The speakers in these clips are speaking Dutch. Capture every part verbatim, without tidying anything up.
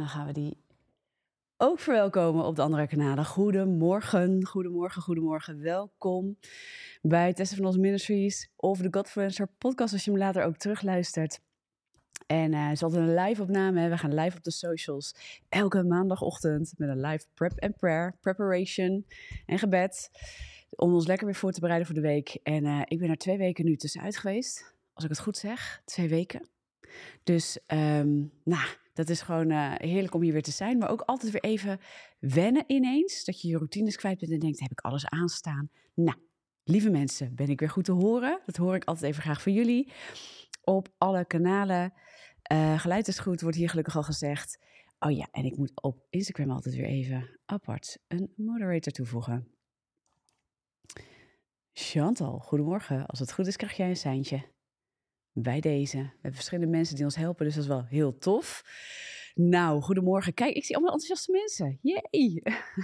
dan gaan we die ook verwelkomen op de andere kanalen. Goedemorgen, goedemorgen, goedemorgen. Welkom bij Tessa van Os Ministries of de Godfluencer podcast als je hem later ook terugluistert. En uh, het is altijd een live opname. Hè. We gaan live op de socials. Elke maandagochtend met een live prep en prayer, preparation en gebed. Om ons lekker weer voor te bereiden voor de week. En uh, ik ben er twee weken nu tussenuit geweest. Als ik het goed zeg, twee weken. Dus, um, nou, dat is gewoon uh, heerlijk om hier weer te zijn. Maar ook altijd weer even wennen ineens. Dat je je routines kwijt bent en denkt, heb ik alles aanstaan? Nou, lieve mensen, ben ik weer goed te horen? Dat hoor ik altijd even graag van jullie. Op alle kanalen. Uh, geluid is goed, wordt hier gelukkig al gezegd. Oh ja, en ik moet op Instagram altijd weer even apart een moderator toevoegen. Chantal, goedemorgen. Als het goed is, krijg jij een seintje. Bij deze. We hebben verschillende mensen die ons helpen, dus dat is wel heel tof. Nou, goedemorgen. Kijk, ik zie allemaal enthousiaste mensen. Jee!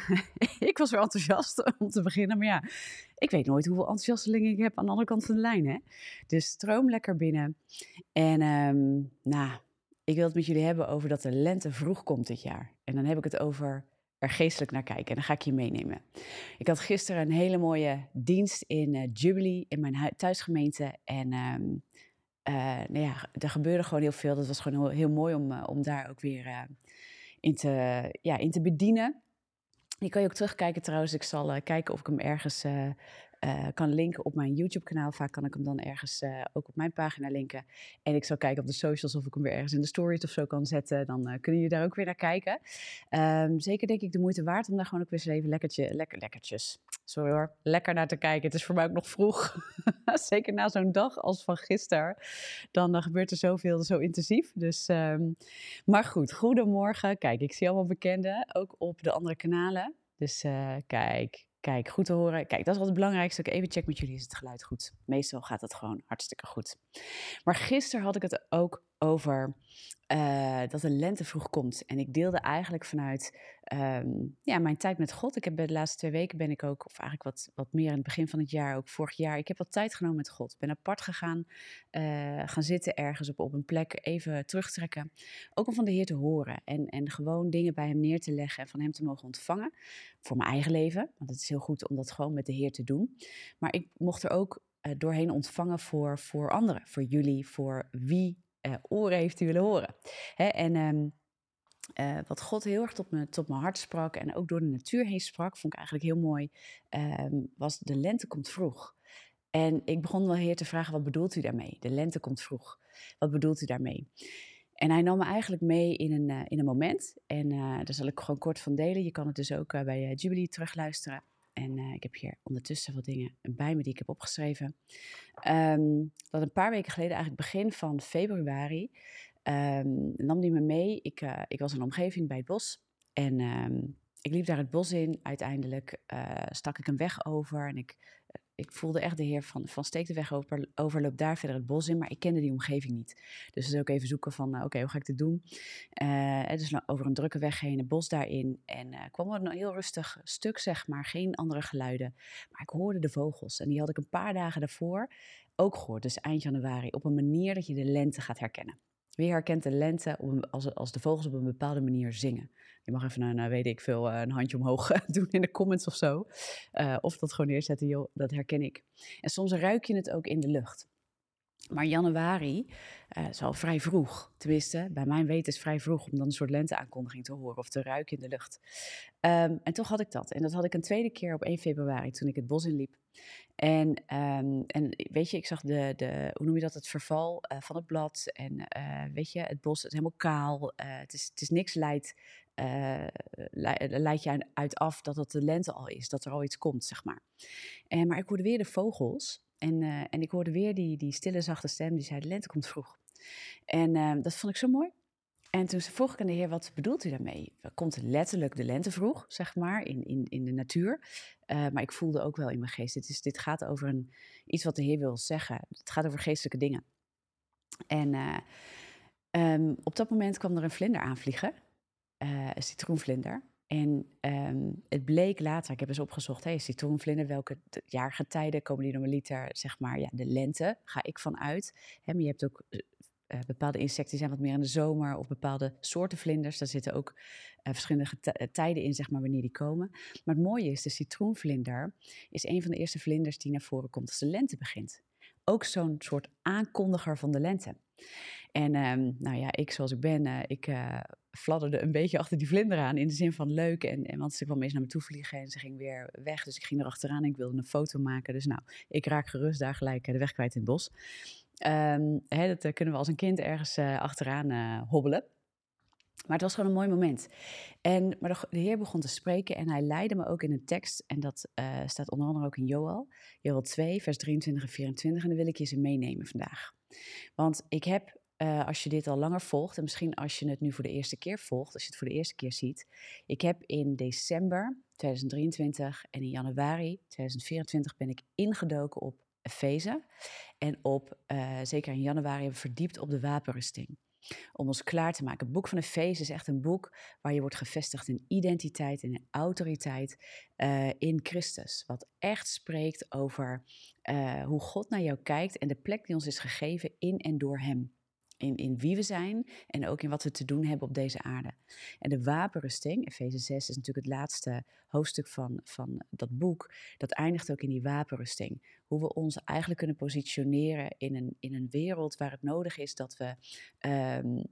Ik was weer enthousiast om te beginnen, maar ja, ik weet nooit hoeveel enthousiastelingen ik heb aan de andere kant van de lijn, hè. Dus stroom lekker binnen. En um, nou, ik wil het met jullie hebben over dat de lente vroeg komt dit jaar. En dan heb ik het over er geestelijk naar kijken. En dan ga ik je meenemen. Ik had gisteren een hele mooie dienst in uh, Jubilee, in mijn hu- thuisgemeente. En um, uh, nou ja, er gebeurde gewoon heel veel. Dat was gewoon heel, heel mooi om, uh, om daar ook weer uh, in, te, ja, in te bedienen. Die kan je ook terugkijken trouwens. Ik zal uh, kijken of ik hem ergens uh, uh, kan linken op mijn YouTube-kanaal. Vaak kan ik hem dan ergens uh, ook op mijn pagina linken. En ik zal kijken op de socials of ik hem weer ergens in de stories of zo kan zetten. Dan uh, kunnen jullie daar ook weer naar kijken. Um, zeker denk ik de moeite waard om daar gewoon ook weer eens even lekkertje, lekker, lekkertjes. Sorry hoor, lekker naar te kijken. Het is voor mij ook nog vroeg. Zeker na zo'n dag als van gisteren. Dan uh, gebeurt er zoveel, zo intensief. Dus, um, maar goed, goedemorgen. Kijk, ik zie allemaal bekenden, ook op de andere kanalen. Dus uh, kijk, kijk, goed te horen. Kijk, dat is wel het belangrijkste. Ik even check met jullie, is het geluid goed? Meestal gaat het gewoon hartstikke goed. Maar gisteren had ik het ook over uh, dat de lente vroeg komt. En ik deelde eigenlijk vanuit um, ja, mijn tijd met God. Ik heb de laatste twee weken ben ik ook, of eigenlijk wat, wat meer in het begin van het jaar, ook vorig jaar. Ik heb wat tijd genomen met God. Ik ben apart gegaan, uh, gaan zitten ergens op, op een plek, even terugtrekken. Ook om van de Heer te horen. En, en gewoon dingen bij hem neer te leggen en van hem te mogen ontvangen. Voor mijn eigen leven. Want het is heel goed om dat gewoon met de Heer te doen. Maar ik mocht er ook uh, doorheen ontvangen voor, voor anderen. Voor jullie, voor wie uh, oren heeft die willen horen. Hè, en um, uh, wat God heel erg tot, me, tot mijn hart sprak en ook door de natuur heen sprak, vond ik eigenlijk heel mooi, um, was de lente komt vroeg. En ik begon wel Heer te vragen, wat bedoelt u daarmee? De lente komt vroeg. Wat bedoelt u daarmee? En hij nam me eigenlijk mee in een, uh, in een moment. En uh, daar zal ik gewoon kort van delen. Je kan het dus ook uh, bij uh, Jubilee terugluisteren. En uh, ik heb hier ondertussen wat dingen bij me die ik heb opgeschreven. Um, dat een paar weken geleden, eigenlijk begin van februari, um, nam hij me mee. Ik, uh, ik was in een omgeving bij het bos. En um, ik liep daar het bos in. Uiteindelijk uh, stak ik een weg over. En ik, uh, ik voelde echt de Heer van, van steek de weg over, over, loop daar verder het bos in. Maar ik kende die omgeving niet. Dus dus ook even zoeken van, uh, oké, okay, hoe ga ik dit doen? Uh, dus over een drukke weg heen, het bos daarin. En uh, kwam er een heel rustig stuk, zeg maar. Geen andere geluiden. Maar ik hoorde de vogels. En die had ik een paar dagen daarvoor ook gehoord. Dus eind januari. Op een manier dat je de lente gaat herkennen. Wie herkent de lente als, als de vogels op een bepaalde manier zingen? Je mag even een, weet ik veel, een handje omhoog doen in de comments of zo. Uh, of dat gewoon neerzetten, joh, dat herken ik. En soms ruik je het ook in de lucht. Maar januari uh, is al vrij vroeg. Tenminste, bij mijn weten is het vrij vroeg om dan een soort lenteaankondiging te horen of te ruiken in de lucht. Um, en toch had ik dat. En dat had ik een tweede keer op één februari toen ik het bos inliep. En, um, en weet je, ik zag de, de, hoe noem je dat, het verval uh, van het blad. En uh, weet je, het bos is helemaal kaal. Uh, het, is, het is niks leidt, uh, leidt je uit af dat het de lente al is. Dat er al iets komt, zeg maar. En, maar ik hoorde weer de vogels. En, uh, en ik hoorde weer die, die stille, zachte stem die zei, de lente komt vroeg. En uh, dat vond ik zo mooi. En toen vroeg ik aan de Heer, wat bedoelt u daarmee? Komt letterlijk de lente vroeg, zeg maar, in, in, in de natuur. Uh, maar ik voelde ook wel in mijn geest, dit, is, dit gaat over een, iets wat de Heer wil zeggen. Het gaat over geestelijke dingen. En uh, um, op dat moment kwam er een vlinder aanvliegen, uh, een citroenvlinder. En um, het bleek later, ik heb eens opgezocht, hey, citroenvlinder, welke jaargetijden komen die normaliter, zeg maar, ja, de lente, ga ik vanuit. Hè, maar je hebt ook uh, bepaalde insecten zijn wat meer in de zomer of bepaalde soorten vlinders. Daar zitten ook uh, verschillende geti- tijden in, zeg maar, wanneer die komen. Maar het mooie is, de citroenvlinder is een van de eerste vlinders die naar voren komt als de lente begint. Ook zo'n soort aankondiger van de lente. En um, nou ja, ik zoals ik ben, uh, ik uh, fladderde een beetje achter die vlinder aan in de zin van leuk. En, en want ze kwam eens naar me toe vliegen en ze ging weer weg. Dus ik ging erachteraan en ik wilde een foto maken. Dus nou, ik raak gerust daar gelijk de weg kwijt in het bos. Um, hè, dat uh, kunnen we als een kind ergens uh, achteraan uh, hobbelen. Maar het was gewoon een mooi moment. En, maar de, de Heer begon te spreken en hij leidde me ook in een tekst. En dat uh, staat onder andere ook in Joël. Joël twee, vers drieëntwintig en vierentwintig. En daar wil ik je eens in meenemen vandaag. Want ik heb, uh, als je dit al langer volgt, en misschien als je het nu voor de eerste keer volgt, als je het voor de eerste keer ziet. Ik heb in december tweeduizend drieëntwintig en in januari tweeduizend vierentwintig ben ik ingedoken op Efeze. En op, uh, zeker in januari, hebben we verdiept op de wapenrusting. Om ons klaar te maken. Het boek van Efeze is echt een boek waar je wordt gevestigd in identiteit en in autoriteit uh, in Christus. Wat echt spreekt over uh, hoe God naar jou kijkt en de plek die ons is gegeven in en door hem. In, in wie we zijn en ook in wat we te doen hebben op deze aarde. En de wapenrusting, Efeze zes is natuurlijk het laatste hoofdstuk van, van dat boek. Dat eindigt ook in die wapenrusting. Hoe we ons eigenlijk kunnen positioneren in een, in een wereld waar het nodig is dat we, um,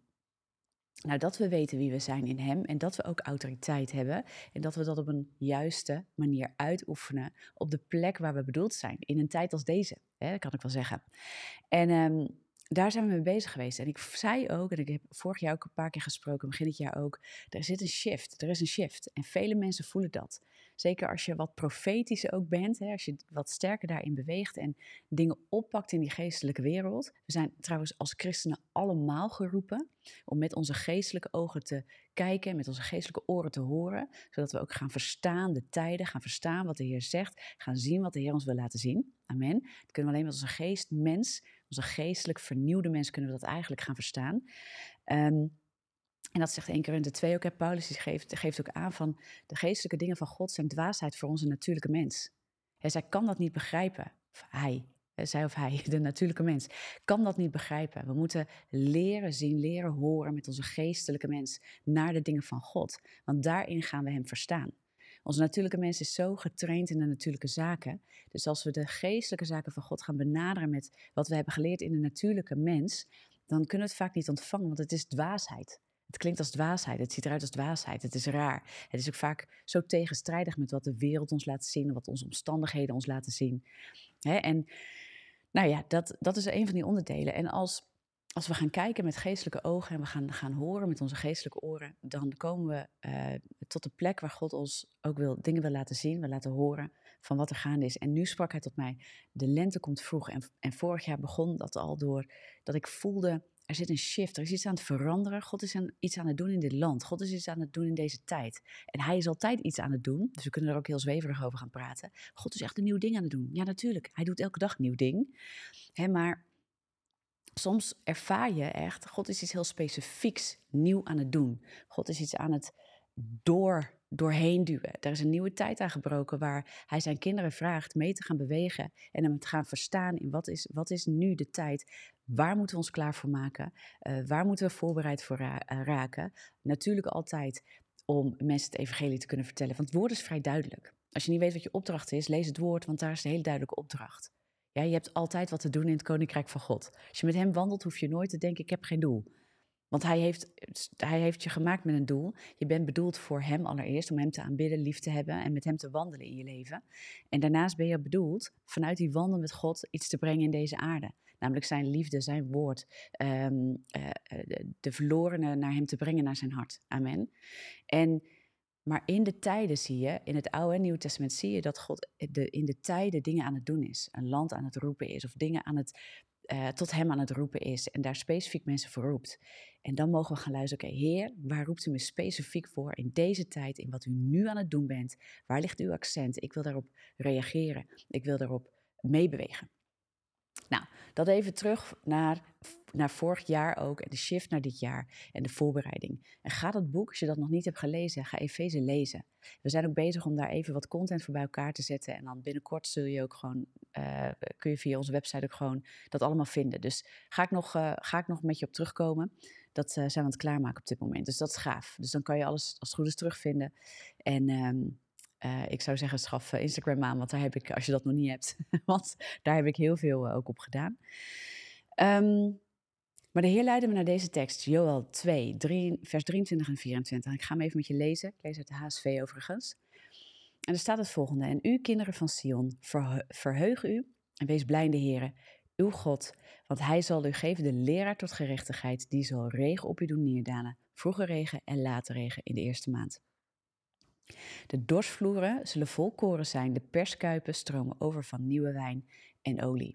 nou, dat we weten wie we zijn in hem. En dat we ook autoriteit hebben. En dat we dat op een juiste manier uitoefenen op de plek waar we bedoeld zijn. In een tijd als deze, hè, dat kan ik wel zeggen. En um, daar zijn we mee bezig geweest. En ik zei ook, en ik heb vorig jaar ook een paar keer gesproken, begin dit jaar ook, er zit een shift, er is een shift. En vele mensen voelen dat. Zeker als je wat profetisch ook bent, hè, als je wat sterker daarin beweegt en dingen oppakt in die geestelijke wereld. We zijn trouwens als christenen allemaal geroepen om met onze geestelijke ogen te kijken en met onze geestelijke oren te horen, zodat we ook gaan verstaan de tijden, gaan verstaan wat de Heer zegt, gaan zien wat de Heer ons wil laten zien. Amen. Dat kunnen we alleen met onze geest, mens, onze geestelijk vernieuwde mens, kunnen we dat eigenlijk gaan verstaan. Um, En dat zegt één Korinthe twee ook. Hè. Paulus die geeft, geeft ook aan van de geestelijke dingen van God zijn dwaasheid voor onze natuurlijke mens. Hè, zij kan dat niet begrijpen. Of hij, zij of hij, de natuurlijke mens, kan dat niet begrijpen. We moeten leren zien, leren horen met onze geestelijke mens naar de dingen van God. Want daarin gaan we hem verstaan. Onze natuurlijke mens is zo getraind in de natuurlijke zaken. Dus als we de geestelijke zaken van God gaan benaderen met wat we hebben geleerd in de natuurlijke mens, dan kunnen we het vaak niet ontvangen, want het is dwaasheid. Het klinkt als dwaasheid, het ziet eruit als dwaasheid, het is raar. Het is ook vaak zo tegenstrijdig met wat de wereld ons laat zien, wat onze omstandigheden ons laten zien. Hè? En nou ja, dat, dat is een van die onderdelen. En als, als we gaan kijken met geestelijke ogen en we gaan, gaan horen met onze geestelijke oren, dan komen we uh, tot de plek waar God ons ook wil, dingen wil laten zien, wil laten horen van wat er gaande is. En nu sprak hij tot mij, de lente komt vroeg. En, en vorig jaar begon dat al door dat ik voelde, er zit een shift, er is iets aan het veranderen. God is aan, iets aan het doen in dit land. God is iets aan het doen in deze tijd. En hij is altijd iets aan het doen. Dus we kunnen er ook heel zweverig over gaan praten. God is echt een nieuw ding aan het doen. Ja, natuurlijk. Hij doet elke dag een nieuw ding. Hè, maar soms ervaar je echt, God is iets heel specifieks nieuw aan het doen. God is iets aan het door, doorheen duwen. Er is een nieuwe tijd aangebroken waar hij zijn kinderen vraagt mee te gaan bewegen en hem te gaan verstaan in wat is, wat is nu de tijd. Waar moeten we ons klaar voor maken? Uh, waar moeten we voorbereid voor ra- uh, raken? Natuurlijk altijd om mensen het evangelie te kunnen vertellen. Want het woord is vrij duidelijk. Als je niet weet wat je opdracht is, lees het woord, want daar is de hele duidelijke opdracht. Ja, je hebt altijd wat te doen in het koninkrijk van God. Als je met hem wandelt, hoef je nooit te denken, ik heb geen doel. Want hij heeft, hij heeft je gemaakt met een doel. Je bent bedoeld voor hem allereerst, om hem te aanbidden, lief te hebben en met hem te wandelen in je leven. En daarnaast ben je bedoeld, vanuit die wandel met God, iets te brengen in deze aarde. Namelijk zijn liefde, zijn woord, um, uh, de verlorenen naar hem te brengen, naar zijn hart. Amen. En, maar in de tijden zie je, in het Oude en Nieuwe Testament zie je dat God de, in de tijden dingen aan het doen is. Een land aan het roepen is of dingen aan het, uh, tot hem aan het roepen is. En daar specifiek mensen voor roept. En dan mogen we gaan luisteren, oké, okay, Heer, waar roept u me specifiek voor in deze tijd, in wat u nu aan het doen bent? Waar ligt uw accent? Ik wil daarop reageren. Ik wil daarop meebewegen. Nou, dat even terug naar, naar vorig jaar ook en de shift naar dit jaar en de voorbereiding. En ga dat boek, als je dat nog niet hebt gelezen, ga Efeze lezen. We zijn ook bezig om daar even wat content voor bij elkaar te zetten. En dan binnenkort zul je ook gewoon, uh, kun je via onze website ook gewoon dat allemaal vinden. Dus ga ik nog, uh, ga ik nog met je op terugkomen. Dat uh, zijn we aan het klaarmaken op dit moment. Dus dat is gaaf. Dus dan kan je alles als het goed is terugvinden. En um, uh, ik zou zeggen, schaf Instagram aan, want daar heb ik, als je dat nog niet hebt, want daar heb ik heel veel uh, ook op gedaan. Um, maar de Heer leidde me naar deze tekst, Joël twee, drie, vers drieëntwintig en vierentwintig. Ik ga hem even met je lezen. Ik lees uit de H S V overigens. En er staat het volgende. En u, kinderen van Sion, verhe- verheug u en wees blij in de Heere, uw God. Want hij zal u geven de leraar tot gerechtigheid, die zal regen op u doen neerdalen. Vroege regen en late regen in de eerste maand. De dorsvloeren zullen vol koren zijn, de perskuipen stromen over van nieuwe wijn en olie.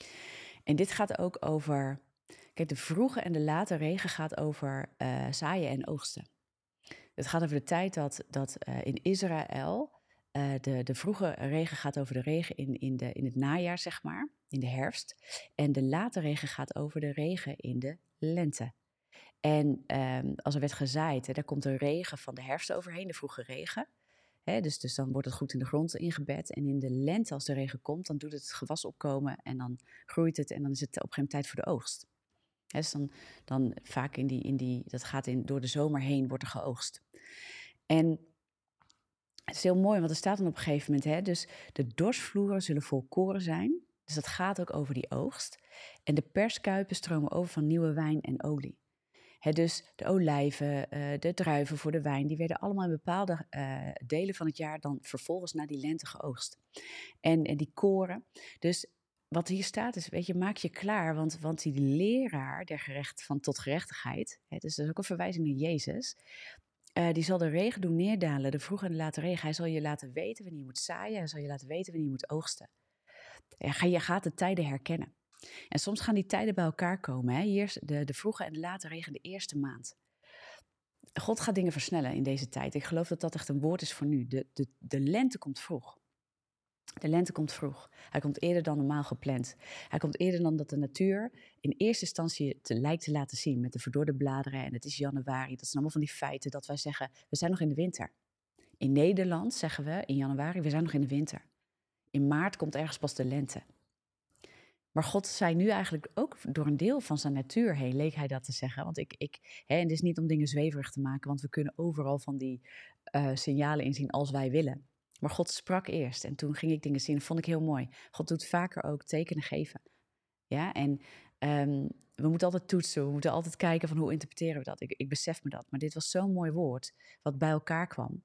En dit gaat ook over, kijk, de vroege en de late regen gaat over uh, zaaien en oogsten. Het gaat over de tijd dat, dat uh, in Israël, uh, de, de vroege regen gaat over de regen in, in, de, in het najaar, zeg maar, in de herfst. En de late regen gaat over de regen in de lente. En um, als er werd gezaaid, hè, daar komt de regen van de herfst overheen, de vroege regen. Hè, dus, dus dan wordt het goed in de grond ingebed. En in de lente, als de regen komt, dan doet het het gewas opkomen en dan groeit het en dan is het op een gegeven moment tijd voor de oogst. Hè, dus dan, dan vaak in die, in die, dat gaat in, door de zomer heen, wordt er geoogst. En het is heel mooi, want er staat dan op een gegeven moment, hè, dus de dorsvloeren zullen vol koren zijn. Dus dat gaat ook over die oogst. En de perskuipen stromen over van nieuwe wijn en olie. He, dus de olijven, uh, de druiven voor de wijn, die werden allemaal in bepaalde uh, delen van het jaar dan vervolgens na die lente geoogst. En, en die koren. Dus wat hier staat is, weet je, maak je klaar, want, want die leraar der gerecht, van tot gerechtigheid, he, dus dat is ook een verwijzing naar Jezus, uh, die zal de regen doen neerdalen, de vroege en de late regen. Hij zal je laten weten wanneer je moet zaaien, hij zal je laten weten wanneer je moet oogsten. Je gaat de tijden herkennen. En soms gaan die tijden bij elkaar komen. Hè? Hier de, de vroege en de late regen de eerste maand. God gaat dingen versnellen in deze tijd. Ik geloof dat dat echt een woord is voor nu. De, de, de lente komt vroeg. De lente komt vroeg. Hij komt eerder dan normaal gepland. Hij komt eerder dan dat de natuur in eerste instantie te lijkt te laten zien. Met de verdorde bladeren en het is januari. Dat zijn allemaal van die feiten dat wij zeggen, we zijn nog in de winter. In Nederland zeggen we in januari, we zijn nog in de winter. In maart komt ergens pas de lente. Maar God zei nu eigenlijk ook door een deel van zijn natuur heen, leek hij dat te zeggen. Want ik, ik hè, en het is niet om dingen zweverig te maken, want we kunnen overal van die uh, signalen inzien als wij willen. Maar God sprak eerst en toen ging ik dingen zien, dat vond ik heel mooi. God doet vaker ook tekenen geven. Ja, en um, we moeten altijd toetsen, we moeten altijd kijken van hoe interpreteren we dat. Ik, ik besef me dat, maar dit was zo'n mooi woord wat bij elkaar kwam.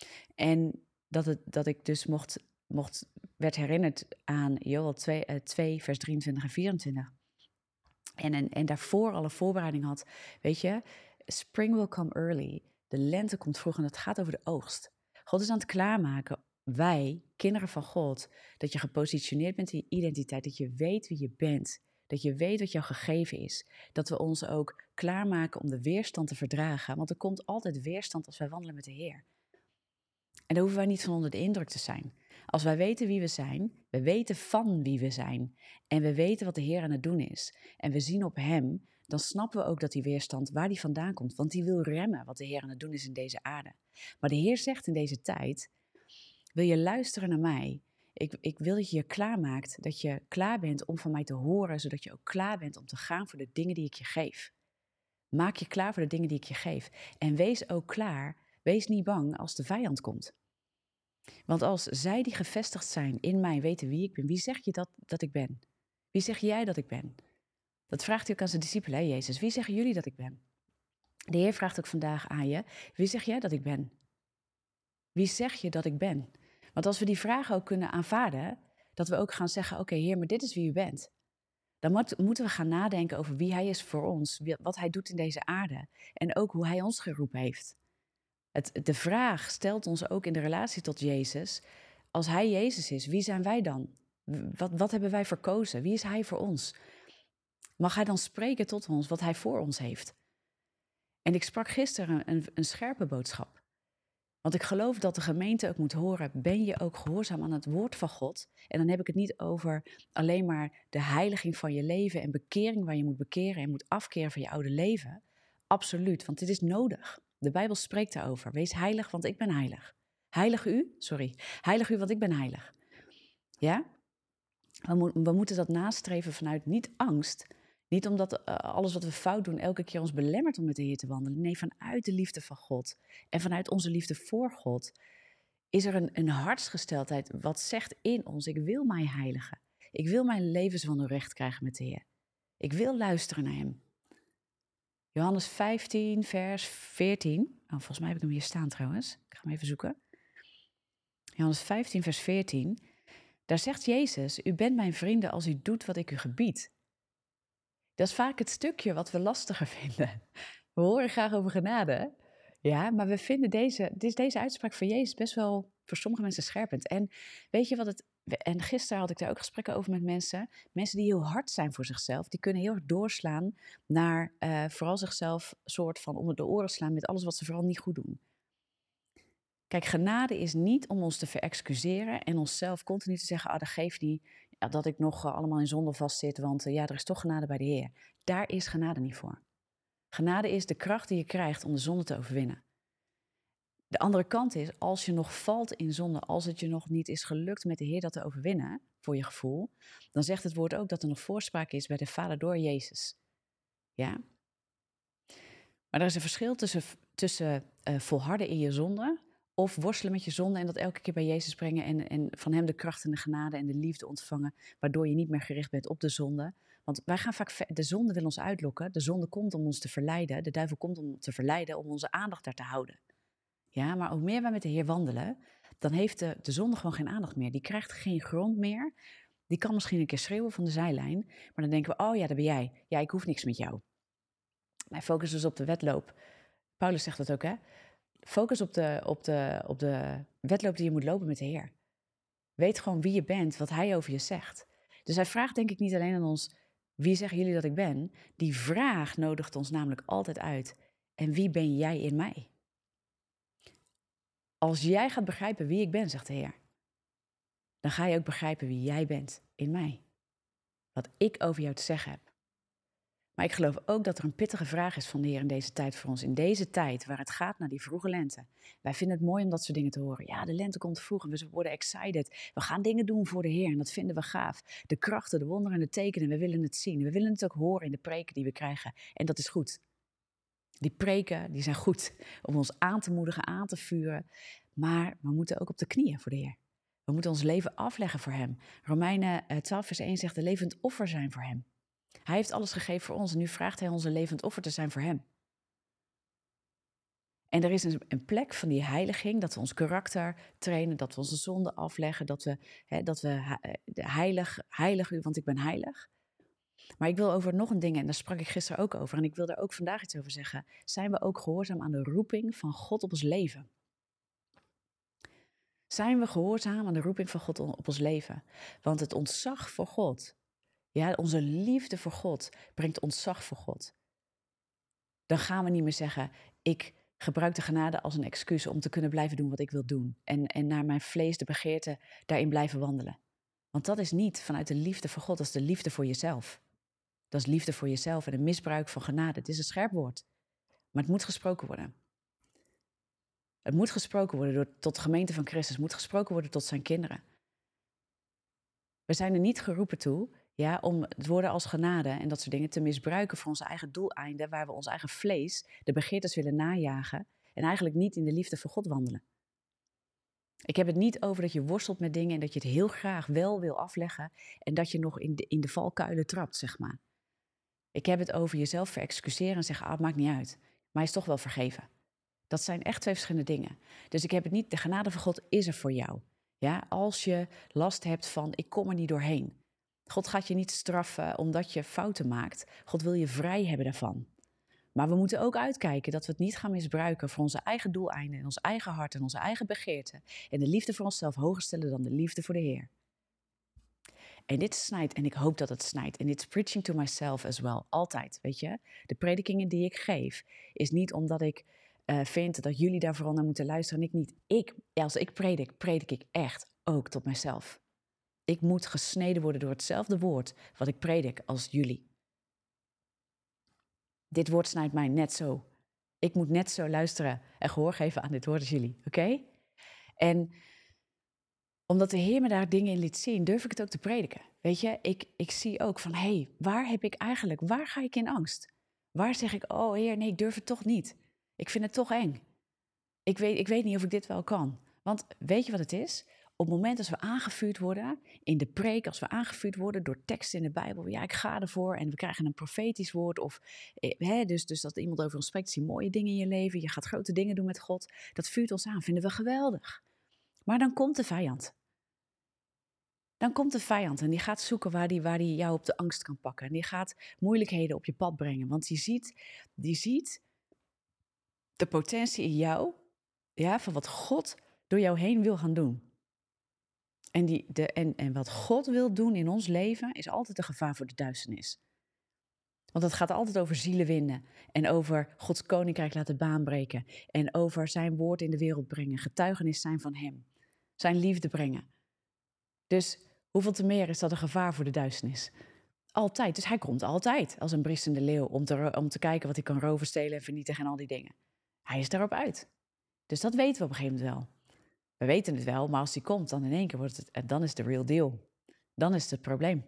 En dat, het, dat ik dus mocht... mocht, werd herinnerd aan Joël twee, uh, twee, vers drieëntwintig en vierentwintig. En, en, en daarvoor alle voorbereiding had. Weet je, spring will come early. De lente komt vroeg en het gaat over de oogst. God is aan het klaarmaken. Wij, kinderen van God, dat je gepositioneerd bent in je identiteit. Dat je weet wie je bent. Dat je weet wat jou gegeven is. Dat we ons ook klaarmaken om de weerstand te verdragen. Want er komt altijd weerstand als wij wandelen met de Heer. En daar hoeven wij niet van onder de indruk te zijn. Als wij weten wie we zijn, we weten van wie we zijn en we weten wat de Heer aan het doen is en we zien op Hem, dan snappen we ook dat die weerstand, waar die vandaan komt, want die wil remmen wat de Heer aan het doen is in deze aarde. Maar de Heer zegt in deze tijd, wil je luisteren naar mij? Ik, ik wil dat je je klaarmaakt, dat je klaar bent om van mij te horen, zodat je ook klaar bent om te gaan voor de dingen die ik je geef. Maak je klaar voor de dingen die ik je geef. En wees ook klaar, wees niet bang als de vijand komt. Want als zij die gevestigd zijn in mij weten wie ik ben, wie zeg je dat, dat ik ben? Wie zeg jij dat ik ben? Dat vraagt hij ook aan zijn discipelen, hè, Jezus. Wie zeggen jullie dat ik ben? De Heer vraagt ook vandaag aan je, wie zeg jij dat ik ben? Wie zeg je dat ik ben? Want als we die vragen ook kunnen aanvaarden, dat we ook gaan zeggen, oké, okay, Heer, maar dit is wie u bent. Dan moet, moeten we gaan nadenken over wie hij is voor ons, wat hij doet in deze aarde en ook hoe hij ons geroepen heeft. Het, de vraag stelt ons ook in de relatie tot Jezus, als hij Jezus is, wie zijn wij dan? Wat, wat hebben wij verkozen? Wie is hij voor ons? Mag hij dan spreken tot ons wat hij voor ons heeft? En ik sprak gisteren een, een scherpe boodschap. Want ik geloof dat de gemeente ook moet horen, ben je ook gehoorzaam aan het woord van God? En dan heb ik het niet over alleen maar de heiliging van je leven en bekering waar je moet bekeren en moet afkeren van je oude leven. Absoluut, want dit is nodig. De Bijbel spreekt daarover. Wees heilig, want ik ben heilig. Heilig u, sorry, heilig u, want ik ben heilig. Ja? We, mo- we moeten dat nastreven vanuit niet angst. Niet omdat uh, alles wat we fout doen elke keer ons belemmert om met de Heer te wandelen. Nee, vanuit de liefde van God en vanuit onze liefde voor God is er een, een hartsgesteldheid wat zegt in ons, ik wil mij heiligen. Ik wil mijn levenswandel recht krijgen met de Heer. Ik wil luisteren naar hem. Johannes vijftien, vers veertien. Oh, volgens mij heb ik hem hier staan trouwens. Ik ga hem even zoeken. Johannes vijftien, vers veertien. Daar zegt Jezus, u bent mijn vrienden als u doet wat ik u gebied. Dat is vaak het stukje wat we lastiger vinden. We horen graag over genade. Ja, maar we vinden deze, deze uitspraak van Jezus best wel voor sommige mensen scherpend. En weet je wat het... En gisteren had ik daar ook gesprekken over met mensen. Mensen die heel hard zijn voor zichzelf. Die kunnen heel erg doorslaan naar uh, vooral zichzelf soort van onder de oren slaan met alles wat ze vooral niet goed doen. Kijk, genade is niet om ons te verexcuseren en onszelf continu te zeggen, ah, dat geeft niet, ja, dat ik nog uh, allemaal in zonde vastzit, want uh, ja, er is toch genade bij de Heer. Daar is genade niet voor. Genade is de kracht die je krijgt om de zonde te overwinnen. De andere kant is, als je nog valt in zonde, als het je nog niet is gelukt met de Heer dat te overwinnen, voor je gevoel, dan zegt het woord ook dat er nog voorspraak is bij de Vader door Jezus. Ja? Maar er is een verschil tussen, tussen uh, volharden in je zonde of worstelen met je zonde en dat elke keer bij Jezus brengen en, en van hem de kracht en de genade en de liefde ontvangen, waardoor je niet meer gericht bent op de zonde. Want wij gaan vaak, de zonde wil ons uitlokken, de zonde komt om ons te verleiden, de duivel komt om te verleiden, om onze aandacht daar te houden. Ja, maar hoe meer wij met de Heer wandelen, dan heeft de, de zonde gewoon geen aandacht meer. Die krijgt geen grond meer. Die kan misschien een keer schreeuwen van de zijlijn, maar dan denken we, oh ja, dat ben jij. Ja, ik hoef niks met jou. Mijn focus is op de wedloop. Paulus zegt dat ook, hè? Focus op de, op, de, op de wedloop die je moet lopen met de Heer. Weet gewoon wie je bent, wat hij over je zegt. Dus hij vraagt denk ik niet alleen aan ons, wie zeggen jullie dat ik ben? Die vraag nodigt ons namelijk altijd uit. En wie ben jij in mij? Als jij gaat begrijpen wie ik ben, zegt de Heer, dan ga je ook begrijpen wie jij bent in mij. Wat ik over jou te zeggen heb. Maar ik geloof ook dat er een pittige vraag is van de Heer in deze tijd voor ons. In deze tijd waar het gaat naar die vroege lente. Wij vinden het mooi om dat soort dingen te horen. Ja, de lente komt vroeg en we worden excited. We gaan dingen doen voor de Heer en dat vinden we gaaf. De krachten, de wonderen en de tekenen, we willen het zien. We willen het ook horen in de preken die we krijgen. En dat is goed. Die preken, die zijn goed om ons aan te moedigen, aan te vuren. Maar we moeten ook op de knieën voor de Heer. We moeten ons leven afleggen voor hem. Romeinen twaalf vers één zegt, een levend offer zijn voor hem. Hij heeft alles gegeven voor ons en nu vraagt hij ons een levend offer te zijn voor hem. En er is een plek van die heiliging, dat we ons karakter trainen, dat we onze zonden afleggen, dat we, hè, dat we heilig, heilig u, want ik ben heilig. Maar ik wil over nog een ding, en daar sprak ik gisteren ook over, en ik wil daar ook vandaag iets over zeggen. Zijn we ook gehoorzaam aan de roeping van God op ons leven? Zijn we gehoorzaam aan de roeping van God op ons leven? Want het ontzag voor God, ja, onze liefde voor God brengt ontzag voor God. Dan gaan we niet meer zeggen, ik gebruik de genade als een excuus om te kunnen blijven doen wat ik wil doen. En, en naar mijn vlees, de begeerte, daarin blijven wandelen. Want dat is niet vanuit de liefde voor God, dat is de liefde voor jezelf. Dat is liefde voor jezelf en een misbruik van genade. Het is een scherp woord, maar het moet gesproken worden. Het moet gesproken worden door, tot de gemeente van Christus. Het moet gesproken worden tot zijn kinderen. We zijn er niet geroepen toe, ja, om het woorden als genade en dat soort dingen te misbruiken voor onze eigen doeleinden, waar we ons eigen vlees, de begeertes willen najagen en eigenlijk niet in de liefde voor God wandelen. Ik heb het niet over dat je worstelt met dingen en dat je het heel graag wel wil afleggen en dat je nog in de, in de valkuilen trapt, zeg maar. Ik heb het over jezelf verexcuseren en zeggen, ah, het maakt niet uit, maar hij is toch wel vergeven. Dat zijn echt twee verschillende dingen. Dus ik heb het niet, de genade van God is er voor jou. Ja, als je last hebt van, ik kom er niet doorheen. God gaat je niet straffen omdat je fouten maakt. God wil je vrij hebben daarvan. Maar we moeten ook uitkijken dat we het niet gaan misbruiken voor onze eigen doeleinden, en ons eigen hart en onze eigen begeerten. En de liefde voor onszelf hoger stellen dan de liefde voor de Heer. En dit snijdt, en ik hoop dat het snijdt. En it's preaching to myself as well, altijd, weet je. De predikingen die ik geef, is niet omdat ik uh, vind dat jullie daar vooral naar moeten luisteren en ik niet. Ik, als ik predik, predik ik echt ook tot mezelf. Ik moet gesneden worden door hetzelfde woord wat ik predik als jullie. Dit woord snijdt mij net zo. Ik moet net zo luisteren en gehoor geven aan dit woord als jullie, oké? Okay? En omdat de Heer me daar dingen in liet zien, durf ik het ook te prediken. Weet je, ik, ik zie ook van, hé, hey, waar heb ik eigenlijk, waar ga ik in angst? Waar zeg ik, oh Heer, nee, ik durf het toch niet. Ik vind het toch eng. Ik weet, ik weet niet of ik dit wel kan. Want weet je wat het is? Op het moment als we aangevuurd worden, in de preek, als we aangevuurd worden door teksten in de Bijbel, ja, ik ga ervoor en we krijgen een profetisch woord, of hè, dus, dus dat iemand over ons spreekt, zie mooie dingen in je leven, je gaat grote dingen doen met God, dat vuurt ons aan, vinden we geweldig. Maar dan komt de vijand. Dan komt de vijand en die gaat zoeken waar die, waar die jou op de angst kan pakken. En die gaat moeilijkheden op je pad brengen, want die ziet, die ziet de potentie in jou, ja, van wat God door jou heen wil gaan doen. En, die, de, en, en wat God wil doen in ons leven is altijd een gevaar voor de duisternis. Want het gaat altijd over zielen winnen. En over Gods koninkrijk laten baanbreken. En over zijn woord in de wereld brengen. Getuigenis zijn van hem. Zijn liefde brengen. Dus hoeveel te meer is dat een gevaar voor de duisternis? Altijd. Dus hij komt altijd als een briesende leeuw. Om te, om te kijken wat hij kan roven, stelen en vernietigen en al die dingen. Hij is daarop uit. Dus dat weten we op een gegeven moment wel. We weten het wel, maar als die komt, dan in één keer wordt het, dan is het de real deal. Dan is het het probleem.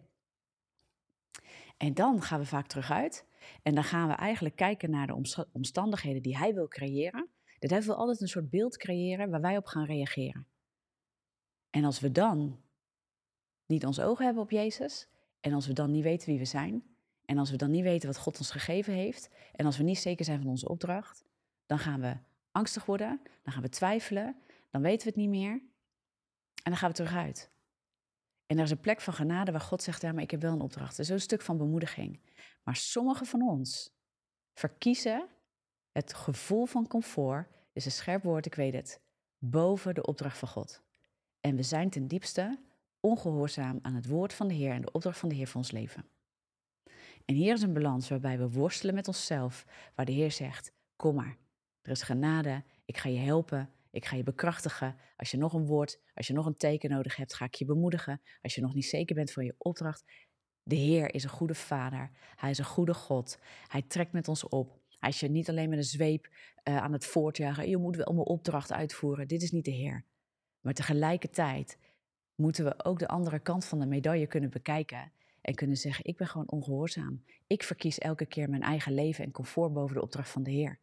En dan gaan we vaak terug uit. En dan gaan we eigenlijk kijken naar de omstandigheden die hij wil creëren. De duivel wil altijd een soort beeld creëren waar wij op gaan reageren. En als we dan niet ons ogen hebben op Jezus, en als we dan niet weten wie we zijn, en als we dan niet weten wat God ons gegeven heeft, en als we niet zeker zijn van onze opdracht, dan gaan we angstig worden, dan gaan we twijfelen, dan weten we het niet meer en dan gaan we terug uit. En er is een plek van genade waar God zegt, ja, maar ik heb wel een opdracht. Er is een stuk van bemoediging. Maar sommigen van ons verkiezen het gevoel van comfort, is een scherp woord, ik weet het, boven de opdracht van God. En we zijn ten diepste ongehoorzaam aan het woord van de Heer en de opdracht van de Heer voor ons leven. En hier is een balans waarbij we worstelen met onszelf, waar de Heer zegt, kom maar, er is genade, ik ga je helpen, ik ga je bekrachtigen. Als je nog een woord, als je nog een teken nodig hebt, ga ik je bemoedigen. Als je nog niet zeker bent van je opdracht. De Heer is een goede vader, hij is een goede God, hij trekt met ons op. Hij is je niet alleen met een zweep uh, aan het voortjagen, je moet wel mijn opdracht uitvoeren, dit is niet de Heer. Maar tegelijkertijd moeten we ook de andere kant van de medaille kunnen bekijken en kunnen zeggen, ik ben gewoon ongehoorzaam. Ik verkies elke keer mijn eigen leven en comfort boven de opdracht van de Heer.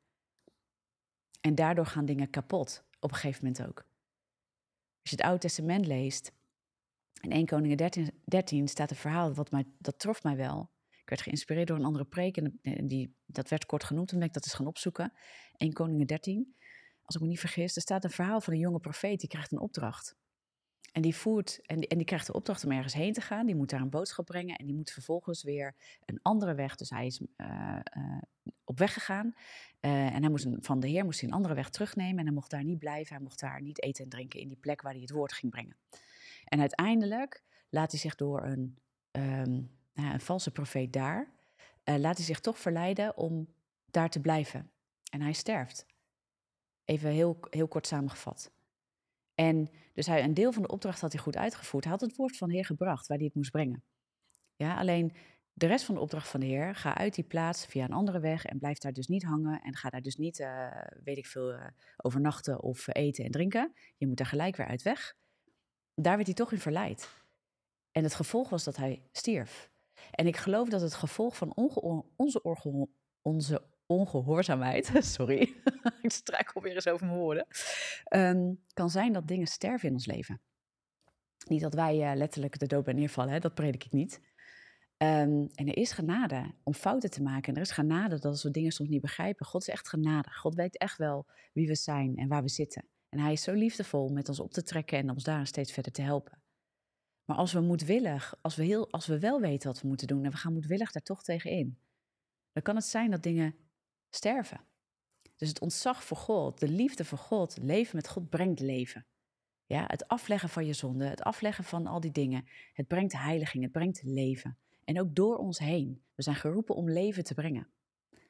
En daardoor gaan dingen kapot, op een gegeven moment ook. Als je het Oude Testament leest, in Eerste Koningen dertien, dertien staat een verhaal, wat mij, dat trof mij wel. Ik werd geïnspireerd door een andere preek en die, dat werd kort genoemd, toen ben ik dat eens gaan opzoeken. Eerste Koningen dertien, als ik me niet vergis, er staat een verhaal van een jonge profeet, die krijgt een opdracht. En die voert, en die, en die krijgt de opdracht om ergens heen te gaan, die moet daar een boodschap brengen en die moet vervolgens weer een andere weg, dus hij is uh, uh, op weg gegaan uh, en hij moest een, van de Heer moest hij een andere weg terugnemen en hij mocht daar niet blijven, hij mocht daar niet eten en drinken in die plek waar hij het woord ging brengen. En uiteindelijk laat hij zich door een, um, nou, een valse profeet daar, uh, laat hij zich toch verleiden om daar te blijven. En hij sterft. Even heel, heel kort samengevat. En dus hij, een deel van de opdracht had hij goed uitgevoerd. Hij had het woord van de Heer gebracht waar hij het moest brengen. Ja, alleen de rest van de opdracht van de Heer, ga uit die plaats via een andere weg en blijf daar dus niet hangen en ga daar dus niet, uh, weet ik veel, uh, overnachten of uh, eten en drinken. Je moet daar gelijk weer uit weg. Daar werd hij toch in verleid. En het gevolg was dat hij stierf. En ik geloof dat het gevolg van onge- onze, orge- onze ongehoorzaamheid, sorry, ik struikel weer eens over mijn woorden, um, kan zijn dat dingen sterven in ons leven. Niet dat wij uh, letterlijk de dood bij neervallen, hè, dat predik ik niet. Um, en er is genade om fouten te maken. En er is genade dat als we dingen soms niet begrijpen, God is echt genadig. God weet echt wel wie we zijn en waar we zitten. En hij is zo liefdevol om met ons op te trekken en ons daar steeds verder te helpen. Maar als we moedwillig, als we, heel, als we wel weten wat we moeten doen en we gaan moedwillig daar toch tegenin, dan kan het zijn dat dingen sterven. Dus het ontzag voor God, de liefde voor God, leven met God brengt leven. Ja, het afleggen van je zonde, het afleggen van al die dingen, het brengt heiliging, het brengt leven. En ook door ons heen. We zijn geroepen om leven te brengen.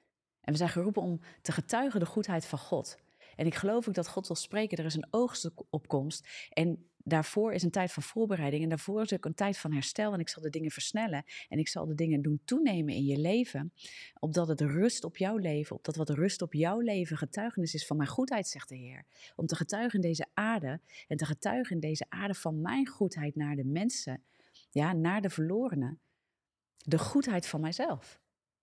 En we zijn geroepen om te getuigen de goedheid van God. En ik geloof ook dat God wil spreken, er is een oogstopkomst. En daarvoor is een tijd van voorbereiding. En daarvoor is ook een tijd van herstel. En ik zal de dingen versnellen. En ik zal de dingen doen toenemen in je leven. Opdat het rust op jouw leven, opdat wat rust op jouw leven getuigenis is van mijn goedheid, zegt de Heer. Om te getuigen in deze aarde. En te getuigen in deze aarde van mijn goedheid naar de mensen. Ja, naar de verlorenen. De goedheid van mijzelf.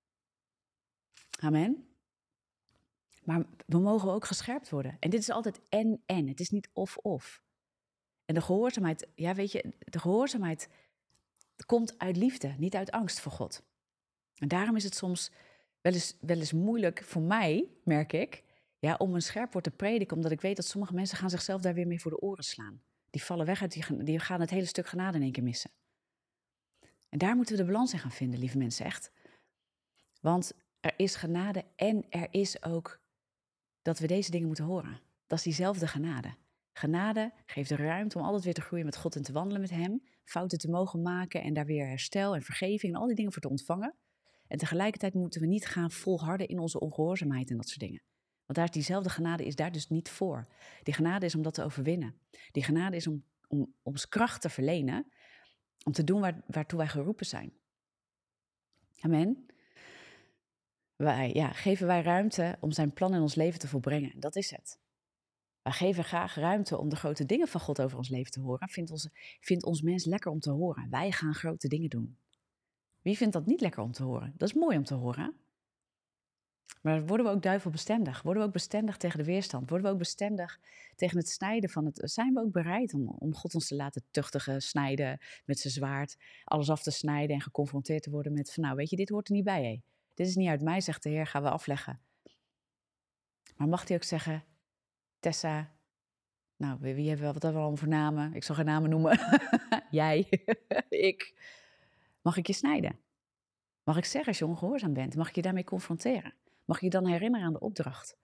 Amen. Maar we mogen ook gescherpt worden. En dit is altijd en-en. Het is niet of-of. En de gehoorzaamheid, ja weet je, de gehoorzaamheid komt uit liefde, niet uit angst voor God. En daarom is het soms wel eens, wel eens moeilijk voor mij, merk ik, ja, om een scherp woord te prediken, omdat ik weet dat sommige mensen gaan zichzelf daar weer mee voor de oren slaan. Die vallen weg uit, die, die gaan het hele stuk genade in één keer missen. En daar moeten we de balans in gaan vinden, lieve mensen, echt. Want er is genade en er is ook dat we deze dingen moeten horen. Dat is diezelfde genade. Genade geeft de ruimte om altijd weer te groeien met God en te wandelen met hem. Fouten te mogen maken en daar weer herstel en vergeving en al die dingen voor te ontvangen. En tegelijkertijd moeten we niet gaan volharden in onze ongehoorzaamheid en dat soort dingen. Want daar is diezelfde genade is daar dus niet voor. Die genade is om dat te overwinnen. Die genade is om, om ons kracht te verlenen. Om te doen waar, waartoe wij geroepen zijn. Amen. Wij, ja, geven wij ruimte om zijn plan in ons leven te volbrengen. Dat is het. Wij geven graag ruimte om de grote dingen van God over ons leven te horen. Vindt ons, vindt ons mens lekker om te horen. Wij gaan grote dingen doen. Wie vindt dat niet lekker om te horen? Dat is mooi om te horen. Maar worden we ook duivelbestendig? Worden we ook bestendig tegen de weerstand? Worden we ook bestendig tegen het snijden van het... Zijn we ook bereid om, om God ons te laten tuchtigen, snijden met zijn zwaard, alles af te snijden en geconfronteerd te worden met van nou weet je, dit hoort er niet bij, hé. Dit is niet uit mij, zegt de Heer, gaan we afleggen. Maar mag hij ook zeggen, Tessa, nou, wie hebben we, wat hebben we allemaal voor namen? Ik zal geen namen noemen. Jij, ik. Mag ik je snijden? Mag ik zeggen als je ongehoorzaam bent? Mag ik je daarmee confronteren? Mag ik je dan herinneren aan de opdracht?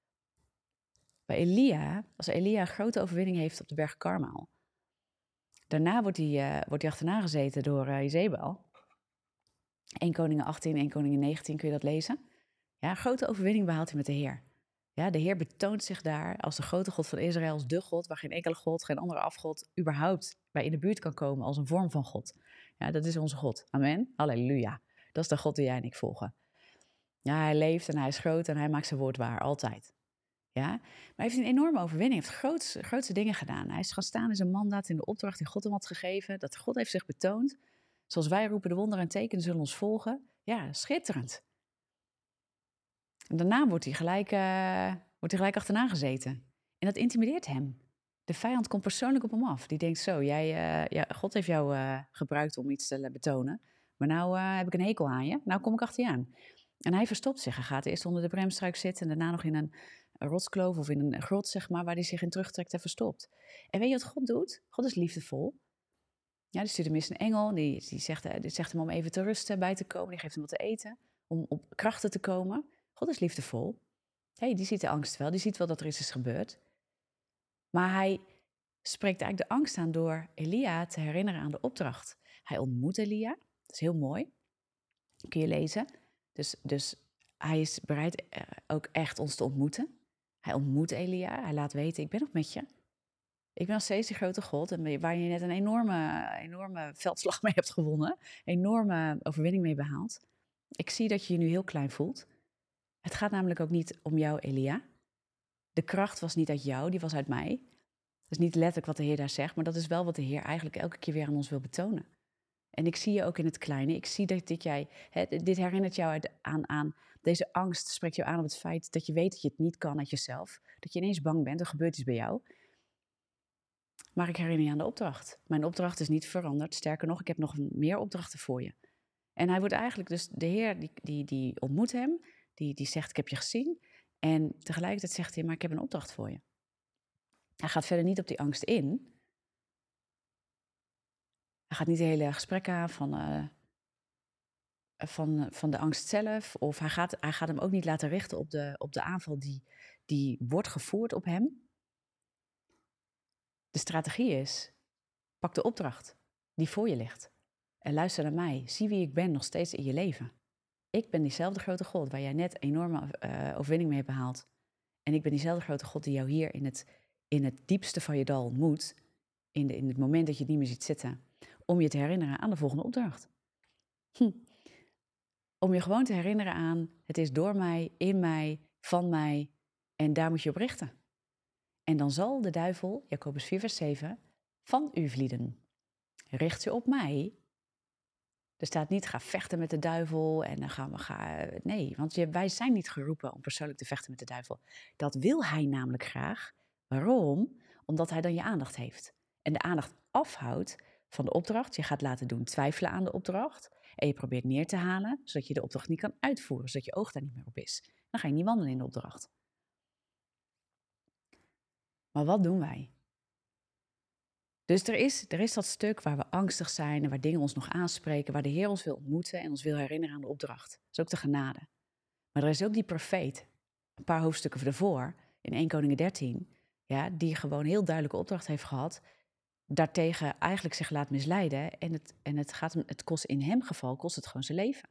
Bij Elia, als Elia een grote overwinning heeft op de berg Karmel. Daarna wordt hij, uh, wordt hij achterna gezeten door uh, Jezebel. Eerste Koningen achttien, Eerste Koningen negentien, kun je dat lezen? Ja, een grote overwinning behaalt hij met de Heer. Ja, de Heer betoont zich daar als de grote God van Israël, als de God, waar geen enkele God, geen andere afgod überhaupt bij in de buurt kan komen als een vorm van God. Ja, dat is onze God. Amen. Halleluja. Dat is de God die jij en ik volgen. Ja, hij leeft en hij is groot en hij maakt zijn woord waar, altijd. Ja, maar hij heeft een enorme overwinning, hij heeft grootste, grootste dingen gedaan. Hij is gaan staan in zijn mandaat, in de opdracht die God hem had gegeven, dat God heeft zich betoond. Zoals wij roepen, de wonderen en tekenen zullen ons volgen. Ja, schitterend. En daarna wordt hij, gelijk, uh, wordt hij gelijk achterna gezeten. En dat intimideert hem. De vijand komt persoonlijk op hem af. Die denkt zo, jij, uh, ja, God heeft jou uh, gebruikt om iets te betonen. Maar nou uh, heb ik een hekel aan je. Nou kom ik achter je aan. En hij verstopt zich. Hij gaat eerst onder de bremstruik zitten en daarna nog in een rotskloof of in een grot, zeg maar, waar hij zich in terugtrekt en verstopt. En weet je wat God doet? God is liefdevol. Ja, die stuurt hem eens een engel. Die, die, zegt, die zegt hem om even te rusten, bij te komen. Die geeft hem wat te eten, om op krachten te komen. God is liefdevol. Hey, die ziet de angst wel. Die ziet wel dat er iets is gebeurd. Maar hij spreekt eigenlijk de angst aan door Elia te herinneren aan de opdracht. Hij ontmoet Elia. Dat is heel mooi. Kun je lezen. Dus, dus hij is bereid ook echt ons te ontmoeten. Hij ontmoet Elia. Hij laat weten, ik ben nog met je. Ik ben nog steeds die grote God. En waar je net een enorme, enorme veldslag mee hebt gewonnen. Enorme overwinning mee behaald. Ik zie dat je je nu heel klein voelt. Het gaat namelijk ook niet om jou, Elia. De kracht was niet uit jou, die was uit mij. Dat is niet letterlijk wat de Heer daar zegt, maar dat is wel wat de Heer eigenlijk elke keer weer aan ons wil betonen. En ik zie je ook in het kleine. Ik zie dat dit jij, hè, dit herinnert jou aan, aan, deze angst spreekt jou aan op het feit dat je weet dat je het niet kan uit jezelf. Dat je ineens bang bent, er gebeurt iets bij jou. Maar ik herinner je aan de opdracht. Mijn opdracht is niet veranderd. Sterker nog, ik heb nog meer opdrachten voor je. En hij wordt eigenlijk dus, de Heer die, die, die ontmoet hem, die, die zegt ik heb je gezien. En tegelijkertijd zegt hij, maar ik heb een opdracht voor je. Hij gaat verder niet op die angst in. Hij gaat niet de hele gesprek aan van, uh, van, van de angst zelf. Of hij gaat, hij gaat hem ook niet laten richten op de, op de aanval die, die wordt gevoerd op hem. De strategie is, pak de opdracht die voor je ligt. En luister naar mij. Zie wie ik ben nog steeds in je leven. ik ben diezelfde grote God waar jij net enorme uh, overwinning mee hebt behaald. En ik ben diezelfde grote God die jou hier in het, in het diepste van je dal ontmoet. In, de, in het moment dat je het niet meer ziet zitten. Om je te herinneren aan de volgende opdracht. Hm. Om je gewoon te herinneren aan, het is door mij, in mij, van mij. En daar moet je op richten. En dan zal de duivel, Jacobus vier vers zeven, van u vlieden. Richt je op mij. Er staat niet, ga vechten met de duivel en dan gaan we gaan. Nee, want je, wij zijn niet geroepen om persoonlijk te vechten met de duivel. Dat wil hij namelijk graag. Waarom? Omdat hij dan je aandacht heeft. En de aandacht afhoudt van de opdracht. Je gaat laten doen twijfelen aan de opdracht. En je probeert neer te halen, zodat je de opdracht niet kan uitvoeren. Zodat je oog daar niet meer op is. Dan ga je niet wandelen in de opdracht. Maar wat doen wij? Dus er is, er is dat stuk waar we angstig zijn en waar dingen ons nog aanspreken, waar de Heer ons wil ontmoeten en ons wil herinneren aan de opdracht. Dat is ook de genade. Maar er is ook die profeet, een paar hoofdstukken ervoor, in Eerste Koningen dertien, ja, die gewoon een heel duidelijke opdracht heeft gehad, daartegen eigenlijk zich laat misleiden en het, en het, gaat, het kost in hem geval kost het gewoon zijn leven.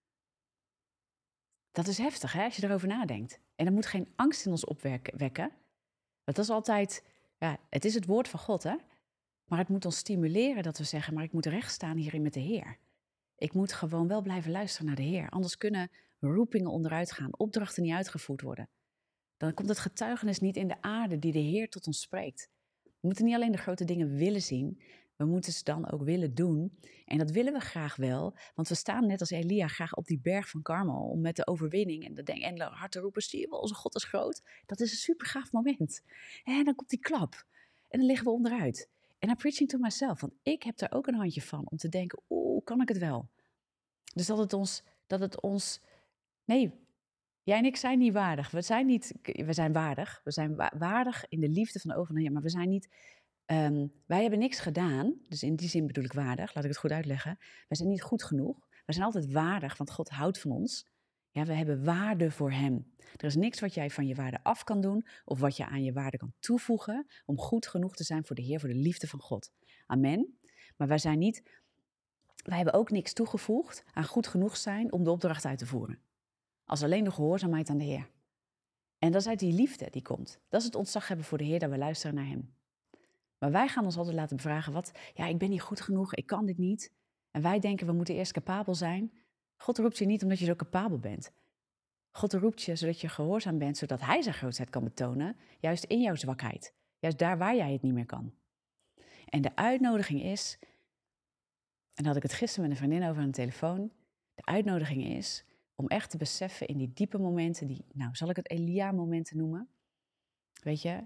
Dat is heftig, hè, als je erover nadenkt. En dat moet geen angst in ons opwekken. Dat is altijd, ja, het is het woord van God, hè. Maar het moet ons stimuleren dat we zeggen, maar ik moet recht staan hierin met de Heer. Ik moet gewoon wel blijven luisteren naar de Heer. Anders kunnen roepingen onderuit gaan, opdrachten niet uitgevoerd worden. Dan komt het getuigenis niet in de aarde die de Heer tot ons spreekt. We moeten niet alleen de grote dingen willen zien, we moeten ze dan ook willen doen. En dat willen we graag wel, want we staan net als Elia graag op die berg van Karmel om met de overwinning en, de, en hard te roepen, zie je wel, onze God is groot. Dat is een super gaaf moment. En dan komt die klap en dan liggen we onderuit. En I'm preaching to myself, want ik heb daar ook een handje van om te denken, oeh, kan ik het wel? Dus dat het ons, dat het ons, nee, jij en ik zijn niet waardig. We zijn niet, we zijn waardig. We zijn waardig in de liefde van de ogen van de Heer, maar we zijn niet, um, wij hebben niks gedaan. Dus in die zin bedoel ik waardig, laat ik het goed uitleggen. Wij zijn niet goed genoeg. We zijn altijd waardig, want God houdt van ons. Ja, we hebben waarde voor hem. Er is niks wat jij van je waarde af kan doen of wat je aan je waarde kan toevoegen om goed genoeg te zijn voor de Heer, voor de liefde van God. Amen. Maar wij zijn niet, wij hebben ook niks toegevoegd aan goed genoeg zijn om de opdracht uit te voeren. Als alleen de gehoorzaamheid aan de Heer. En dat is uit die liefde die komt. Dat is het ontzag hebben voor de Heer, dat we luisteren naar hem. Maar wij gaan ons altijd laten bevragen, wat, ja, ik ben niet goed genoeg, ik kan dit niet. En wij denken, we moeten eerst capabel zijn. God roept je niet omdat je zo capabel bent. God roept je zodat je gehoorzaam bent, zodat hij zijn grootheid kan betonen, juist in jouw zwakheid. Juist daar waar jij het niet meer kan. En de uitnodiging is, en daar had ik het gisteren met een vriendin over aan de telefoon, de uitnodiging is om echt te beseffen in die diepe momenten, die, nou zal ik het Elia-momenten noemen, weet je,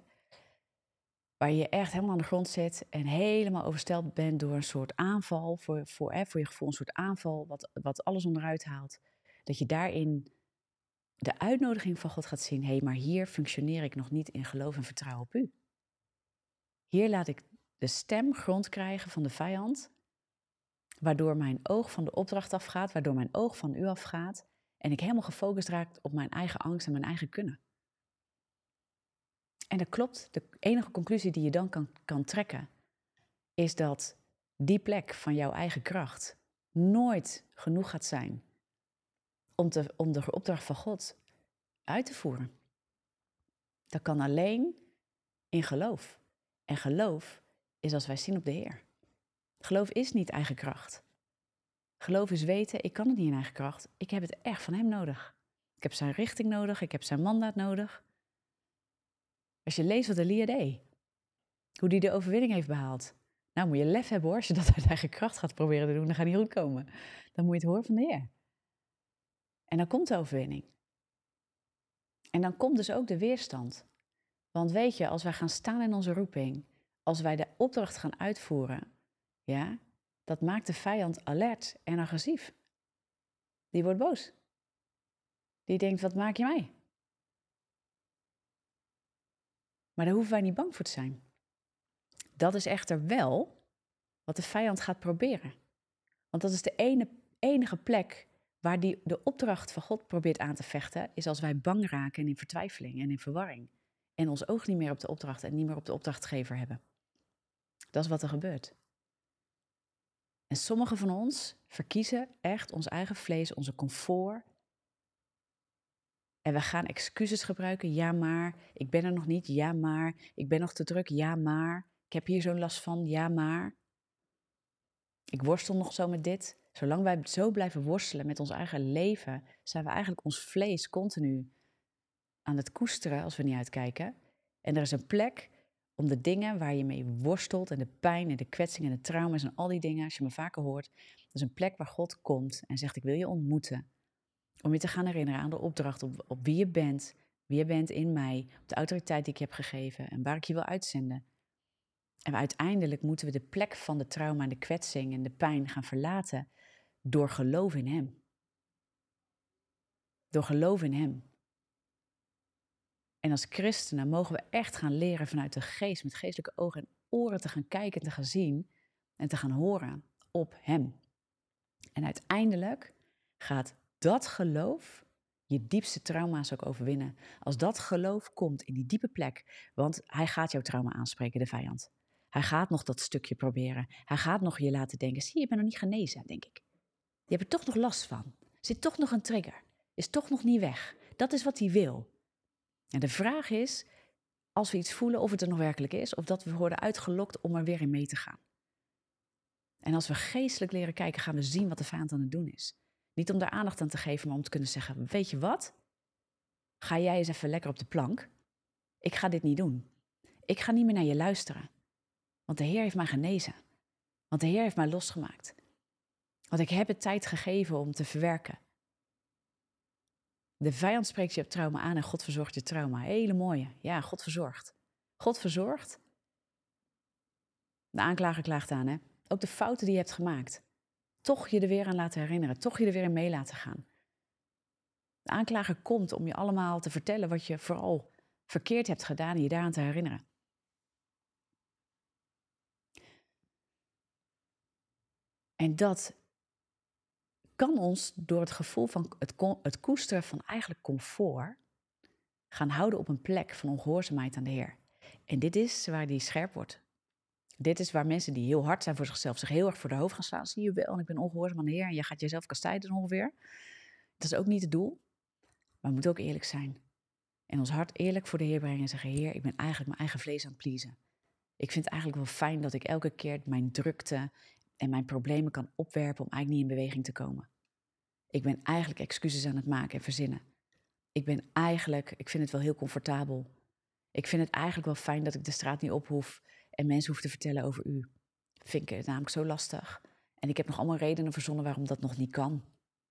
waar je echt helemaal aan de grond zit en helemaal overstelpt bent door een soort aanval, voor, voor, hè, voor je gevoel een soort aanval, wat, wat alles onderuit haalt. Dat je daarin de uitnodiging van God gaat zien, hé, hey, maar hier functioneer ik nog niet in geloof en vertrouwen op u. Hier laat ik de stem grond krijgen van de vijand, waardoor mijn oog van de opdracht afgaat, waardoor mijn oog van u afgaat en ik helemaal gefocust raak op mijn eigen angst en mijn eigen kunnen. En dat klopt, de enige conclusie die je dan kan, kan trekken, is dat die plek van jouw eigen kracht nooit genoeg gaat zijn om, te, om de opdracht van God uit te voeren. Dat kan alleen in geloof. En geloof is als wij zien op de Heer. Geloof is niet eigen kracht. Geloof is weten, ik kan het niet in eigen kracht. Ik heb het echt van hem nodig. Ik heb zijn richting nodig, ik heb zijn mandaat nodig. Als je leest wat Elia deed, hoe hij de overwinning heeft behaald. Nou moet je lef hebben hoor, als je dat uit eigen kracht gaat proberen te doen, dan gaat niet goed komen. Dan moet je het horen van de Heer. En dan komt de overwinning. En dan komt dus ook de weerstand. Want weet je, als wij gaan staan in onze roeping, als wij de opdracht gaan uitvoeren, ja, dat maakt de vijand alert en agressief. Die wordt boos. Die denkt, wat maak je mij? Maar daar hoeven wij niet bang voor te zijn. Dat is echter wel wat de vijand gaat proberen. Want dat is de ene, enige plek waar die de opdracht van God probeert aan te vechten, is als wij bang raken en in vertwijfeling en in verwarring. En ons oog niet meer op de opdracht en niet meer op de opdrachtgever hebben. Dat is wat er gebeurt. En sommigen van ons verkiezen echt ons eigen vlees, onze comfort, En we gaan excuses gebruiken. Ja, maar. Ik ben er nog niet. Ja, maar. Ik ben nog te druk. Ja, maar. Ik heb hier zo'n last van. Ja, maar. Ik worstel nog zo met dit. Zolang wij zo blijven worstelen met ons eigen leven, zijn we eigenlijk ons vlees continu aan het koesteren als we niet uitkijken. En er is een plek om de dingen waar je mee worstelt en de pijn en de kwetsing en de trauma's en al die dingen, als je me vaker hoort, dat is een plek waar God komt en zegt: ik wil je ontmoeten. Om je te gaan herinneren aan de opdracht, op, op wie je bent, wie je bent in mij, op de autoriteit die ik heb gegeven en waar ik je wil uitzenden. En uiteindelijk moeten we de plek van de trauma en de kwetsing en de pijn gaan verlaten door geloof in Hem. Door geloof in Hem. En als christenen mogen we echt gaan leren vanuit de geest, met geestelijke ogen en oren te gaan kijken, te gaan zien en te gaan horen op Hem. En uiteindelijk gaat dat geloof je diepste trauma's ook overwinnen. Als dat geloof komt in die diepe plek, want hij gaat jouw trauma aanspreken, de vijand. Hij gaat nog dat stukje proberen. Hij gaat nog je laten denken: zie je, je bent nog niet genezen, denk ik. Je hebt er toch nog last van. Er zit toch nog een trigger. Is toch nog niet weg. Dat is wat hij wil. En de vraag is, als we iets voelen, of het er nog werkelijk is, of dat we worden uitgelokt om er weer in mee te gaan. En als we geestelijk leren kijken, gaan we zien wat de vijand aan het doen is. Niet om daar aandacht aan te geven, maar om te kunnen zeggen: weet je wat? Ga jij eens even lekker op de plank. Ik ga dit niet doen. Ik ga niet meer naar je luisteren. Want de Heer heeft mij genezen. Want de Heer heeft mij losgemaakt. Want ik heb het tijd gegeven om te verwerken. De vijand spreekt je op trauma aan en God verzorgt je trauma. Hele mooie. Ja, God verzorgt. God verzorgt. De aanklager klaagt aan, hè. Ook de fouten die je hebt gemaakt. Toch je er weer aan laten herinneren. Toch je er weer in mee laten gaan. De aanklager komt om je allemaal te vertellen wat je vooral verkeerd hebt gedaan en je daaraan te herinneren. En dat kan ons door het gevoel van het, het koesteren van eigenlijk comfort gaan houden op een plek van ongehoorzaamheid aan de Heer. En dit is waar die scherp wordt. Dit is waar mensen die heel hard zijn voor zichzelf zich heel erg voor de hoofd gaan slaan. Zie je wel, en ik ben ongehoorzaam aan de Heer en je gaat jezelf kastijden ongeveer. Dat is ook niet het doel. Maar we moeten ook eerlijk zijn. En ons hart eerlijk voor de Heer brengen en zeggen: Heer, ik ben eigenlijk mijn eigen vlees aan het pleasen. Ik vind het eigenlijk wel fijn dat ik elke keer mijn drukte en mijn problemen kan opwerpen om eigenlijk niet in beweging te komen. Ik ben eigenlijk excuses aan het maken en verzinnen. Ik ben eigenlijk, ik vind het wel heel comfortabel. Ik vind het eigenlijk wel fijn dat ik de straat niet op hoef en mensen hoef te vertellen over u. Vind ik het namelijk zo lastig. En ik heb nog allemaal redenen verzonnen waarom dat nog niet kan.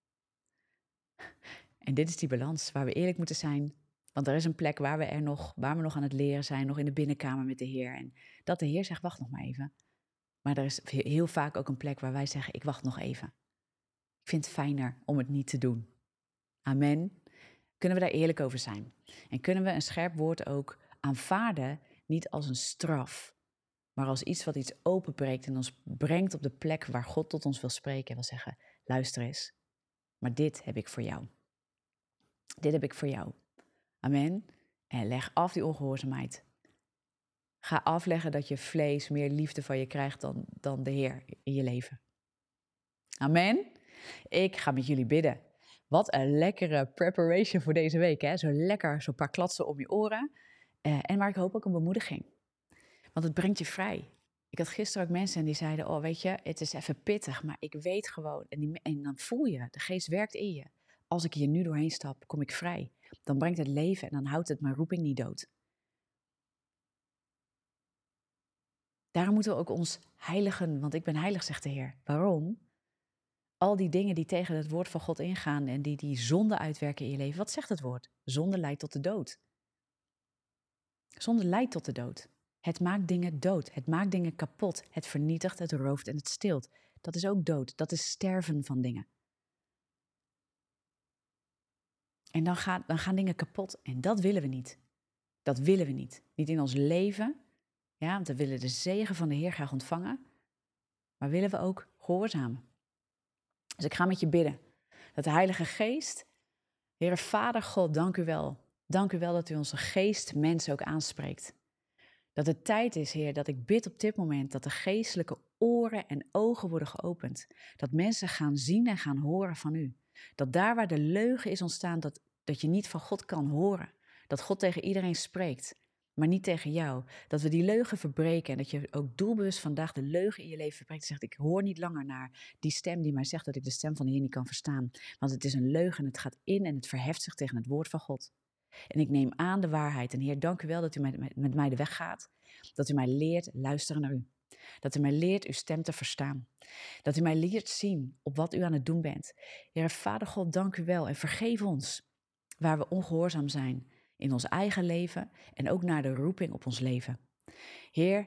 En dit is die balans waar we eerlijk moeten zijn. Want er is een plek waar we er nog, waar we nog aan het leren zijn, nog in de binnenkamer met de Heer. En dat de Heer zegt: wacht nog maar even. Maar er is heel vaak ook een plek waar wij zeggen: ik wacht nog even. Ik vind het fijner om het niet te doen. Amen. Kunnen we daar eerlijk over zijn? En kunnen we een scherp woord ook aanvaarden, niet als een straf, maar als iets wat iets openbreekt en ons brengt op de plek waar God tot ons wil spreken en wil zeggen: luister eens, maar dit heb ik voor jou. Dit heb ik voor jou. Amen. En leg af die ongehoorzaamheid. Ga afleggen dat je vlees meer liefde van je krijgt dan, dan de Heer in je leven. Amen. Ik ga met jullie bidden. Wat een lekkere preparation voor deze week. Hè? Zo lekker, zo'n paar klatsen om je oren. Uh, en maar ik hoop ook een bemoediging. Want het brengt je vrij. Ik had gisteren ook mensen en die zeiden: oh, weet je, het is even pittig, maar ik weet gewoon. En, die, en dan voel je, de geest werkt in je. Als ik hier nu doorheen stap, kom ik vrij. Dan brengt het leven en dan houdt het mijn roeping niet dood. Daarom moeten we ook ons heiligen, want ik ben heilig, zegt de Heer. Waarom? Al die dingen die tegen het woord van God ingaan en die die zonde uitwerken in je leven. Wat zegt het woord? Zonde leidt tot de dood. Zonde leidt tot de dood. Het maakt dingen dood. Het maakt dingen kapot. Het vernietigt, het rooft en het steelt. Dat is ook dood. Dat is sterven van dingen. En dan gaan, dan gaan dingen kapot. En dat willen we niet. Dat willen we niet. Niet in ons leven. Ja, want we willen de zegen van de Heer graag ontvangen. Maar willen we ook gehoorzamen. Dus ik ga met je bidden. Dat de Heilige Geest, Heere Vader God, dank u wel. Dank u wel dat u onze geest mensen ook aanspreekt. Dat het tijd is, Heer, dat ik bid op dit moment dat de geestelijke oren en ogen worden geopend. Dat mensen gaan zien en gaan horen van u. Dat daar waar de leugen is ontstaan, dat dat je niet van God kan horen. Dat God tegen iedereen spreekt, maar niet tegen jou. Dat we die leugen verbreken en dat je ook doelbewust vandaag de leugen in je leven verbreken. Zegt, ik hoor niet langer naar die stem die mij zegt dat ik de stem van de Heer niet kan verstaan. Want het is een leugen en het gaat in en het verheft zich tegen het woord van God. En ik neem aan de waarheid. En Heer, dank u wel dat u met, met mij de weg gaat. Dat u mij leert luisteren naar u. Dat u mij leert uw stem te verstaan. Dat u mij leert zien op wat u aan het doen bent. Heer, Vader God, dank u wel en vergeef ons waar we ongehoorzaam zijn in ons eigen leven en ook naar de roeping op ons leven. Heer,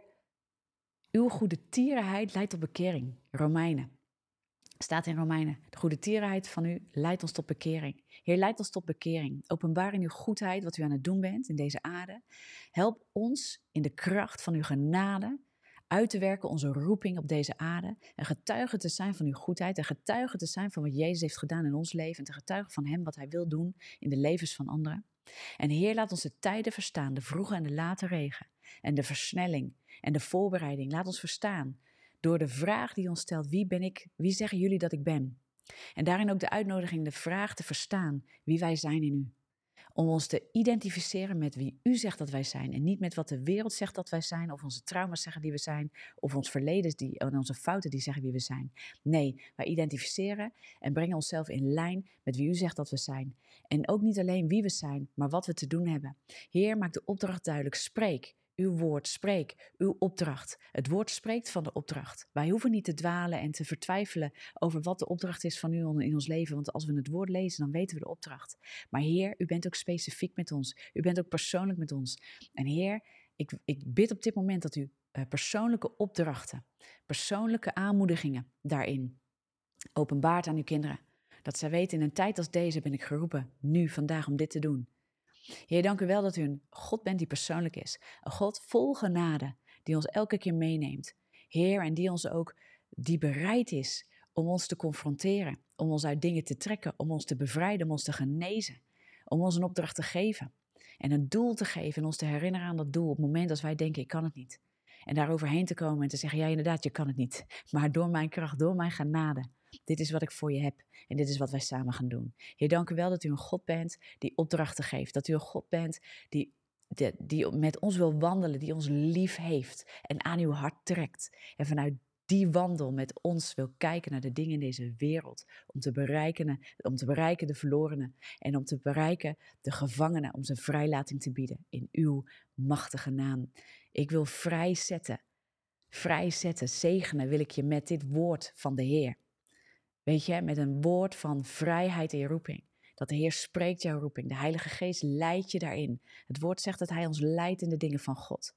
uw goede tierenheid leidt tot bekering. Romeinen. Staat in Romeinen. De goede tierenheid van u leidt ons tot bekering. Heer, leidt ons tot bekering. Openbaar in uw goedheid wat u aan het doen bent in deze aarde. Help ons in de kracht van uw genade uit te werken onze roeping op deze aarde. En getuige te zijn van uw goedheid. En getuige te zijn van wat Jezus heeft gedaan in ons leven. En te getuigen van hem wat hij wil doen in de levens van anderen. En Heer, laat ons de tijden verstaan. De vroege en de late regen. En de versnelling en de voorbereiding. Laat ons verstaan. Door de vraag die ons stelt, wie ben ik? Wie zeggen jullie dat ik ben? En daarin ook de uitnodiging, de vraag te verstaan wie wij zijn in u. Om ons te identificeren met wie u zegt dat wij zijn. En niet met wat de wereld zegt dat wij zijn. Of onze trauma's zeggen die we zijn. Of ons verleden die, en onze fouten die zeggen wie we zijn. Nee, wij identificeren en brengen onszelf in lijn met wie u zegt dat we zijn. En ook niet alleen wie we zijn, maar wat we te doen hebben. Heer, maak de opdracht duidelijk. Spreek. Uw woord, spreek, uw opdracht. Het woord spreekt van de opdracht. Wij hoeven niet te dwalen en te vertwijfelen over wat de opdracht is van u in ons leven. Want als we het woord lezen, dan weten we de opdracht. Maar Heer, u bent ook specifiek met ons. U bent ook persoonlijk met ons. En Heer, ik, ik bid op dit moment dat u uh, persoonlijke opdrachten, persoonlijke aanmoedigingen daarin openbaart aan uw kinderen. Dat zij weten, in een tijd als deze ben ik geroepen, nu, vandaag, om dit te doen. Heer, dank u wel dat u een God bent die persoonlijk is. Een God vol genade, die ons elke keer meeneemt. Heer, en die ons ook, die bereid is om ons te confronteren. Om ons uit dingen te trekken, om ons te bevrijden, om ons te genezen. Om ons een opdracht te geven. En een doel te geven en ons te herinneren aan dat doel op het moment als wij denken, ik kan het niet. En daar overheen te komen en te zeggen, ja inderdaad, je kan het niet. Maar door mijn kracht, door mijn genade. Dit is wat ik voor je heb en dit is wat wij samen gaan doen. Heer, dank u wel dat u een God bent die opdrachten geeft. Dat u een God bent die, die, die met ons wil wandelen, die ons lief heeft en aan uw hart trekt. En vanuit die wandel met ons wil kijken naar de dingen in deze wereld. Om te bereiken, om te bereiken de verlorenen en om te bereiken de gevangenen. Om ze vrijlating te bieden in uw machtige naam. Ik wil vrijzetten, vrijzetten, zegenen wil ik je met dit woord van de Heer. Weet je, met een woord van vrijheid in je roeping. Dat de Heer spreekt jouw roeping. De Heilige Geest leidt je daarin. Het woord zegt dat hij ons leidt in de dingen van God.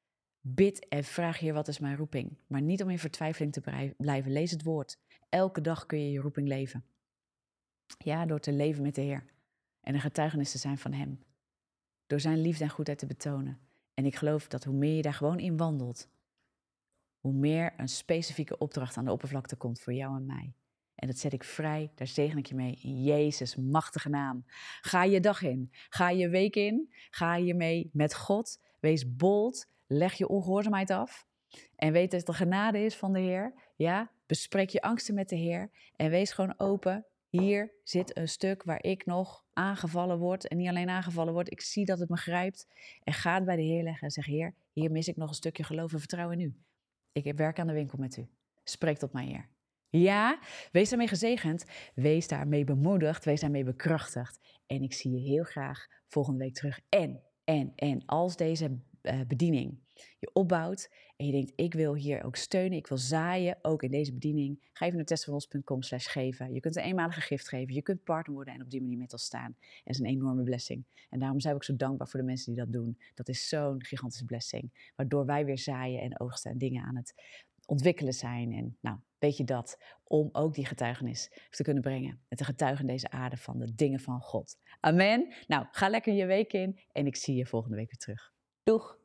Bid en vraag, Heer, wat is mijn roeping? Maar niet om in vertwijfeling te blijven. Lees het woord. Elke dag kun je je roeping leven. Ja, door te leven met de Heer. En een getuigenis te zijn van hem. Door zijn liefde en goedheid te betonen. En ik geloof dat hoe meer je daar gewoon in wandelt, hoe meer een specifieke opdracht aan de oppervlakte komt voor jou en mij. En dat zet ik vrij, daar zegen ik je mee in Jezus' machtige naam. Ga je dag in, ga je week in, ga je mee met God. Wees bold, leg je ongehoorzaamheid af. En weet dat er genade is van de Heer. Ja, bespreek je angsten met de Heer. En wees gewoon open. Hier zit een stuk waar ik nog aangevallen word. En niet alleen aangevallen word, ik zie dat het me grijpt. En ga het bij de Heer leggen en zeg, Heer, hier mis ik nog een stukje geloof en vertrouwen in u. Ik werk aan de winkel met u. Spreek tot mij, Heer. Ja, wees daarmee gezegend, wees daarmee bemoedigd, wees daarmee bekrachtigd. En ik zie je heel graag volgende week terug. En, en, en als deze uh, bediening je opbouwt en je denkt, ik wil hier ook steunen, ik wil zaaien, ook in deze bediening, ga even naar testvanons punt com slash geven. Je kunt een eenmalige gift geven, je kunt partner worden en op die manier met ons staan. Dat is een enorme blessing. En daarom zijn we ook zo dankbaar voor de mensen die dat doen. Dat is zo'n gigantische blessing, waardoor wij weer zaaien en oogsten en dingen aan het ontwikkelen zijn. En nou, weet je dat, om ook die getuigenis te kunnen brengen. En te getuigen in deze aarde van de dingen van God. Amen. Nou, ga lekker je week in en ik zie je volgende week weer terug. Doeg!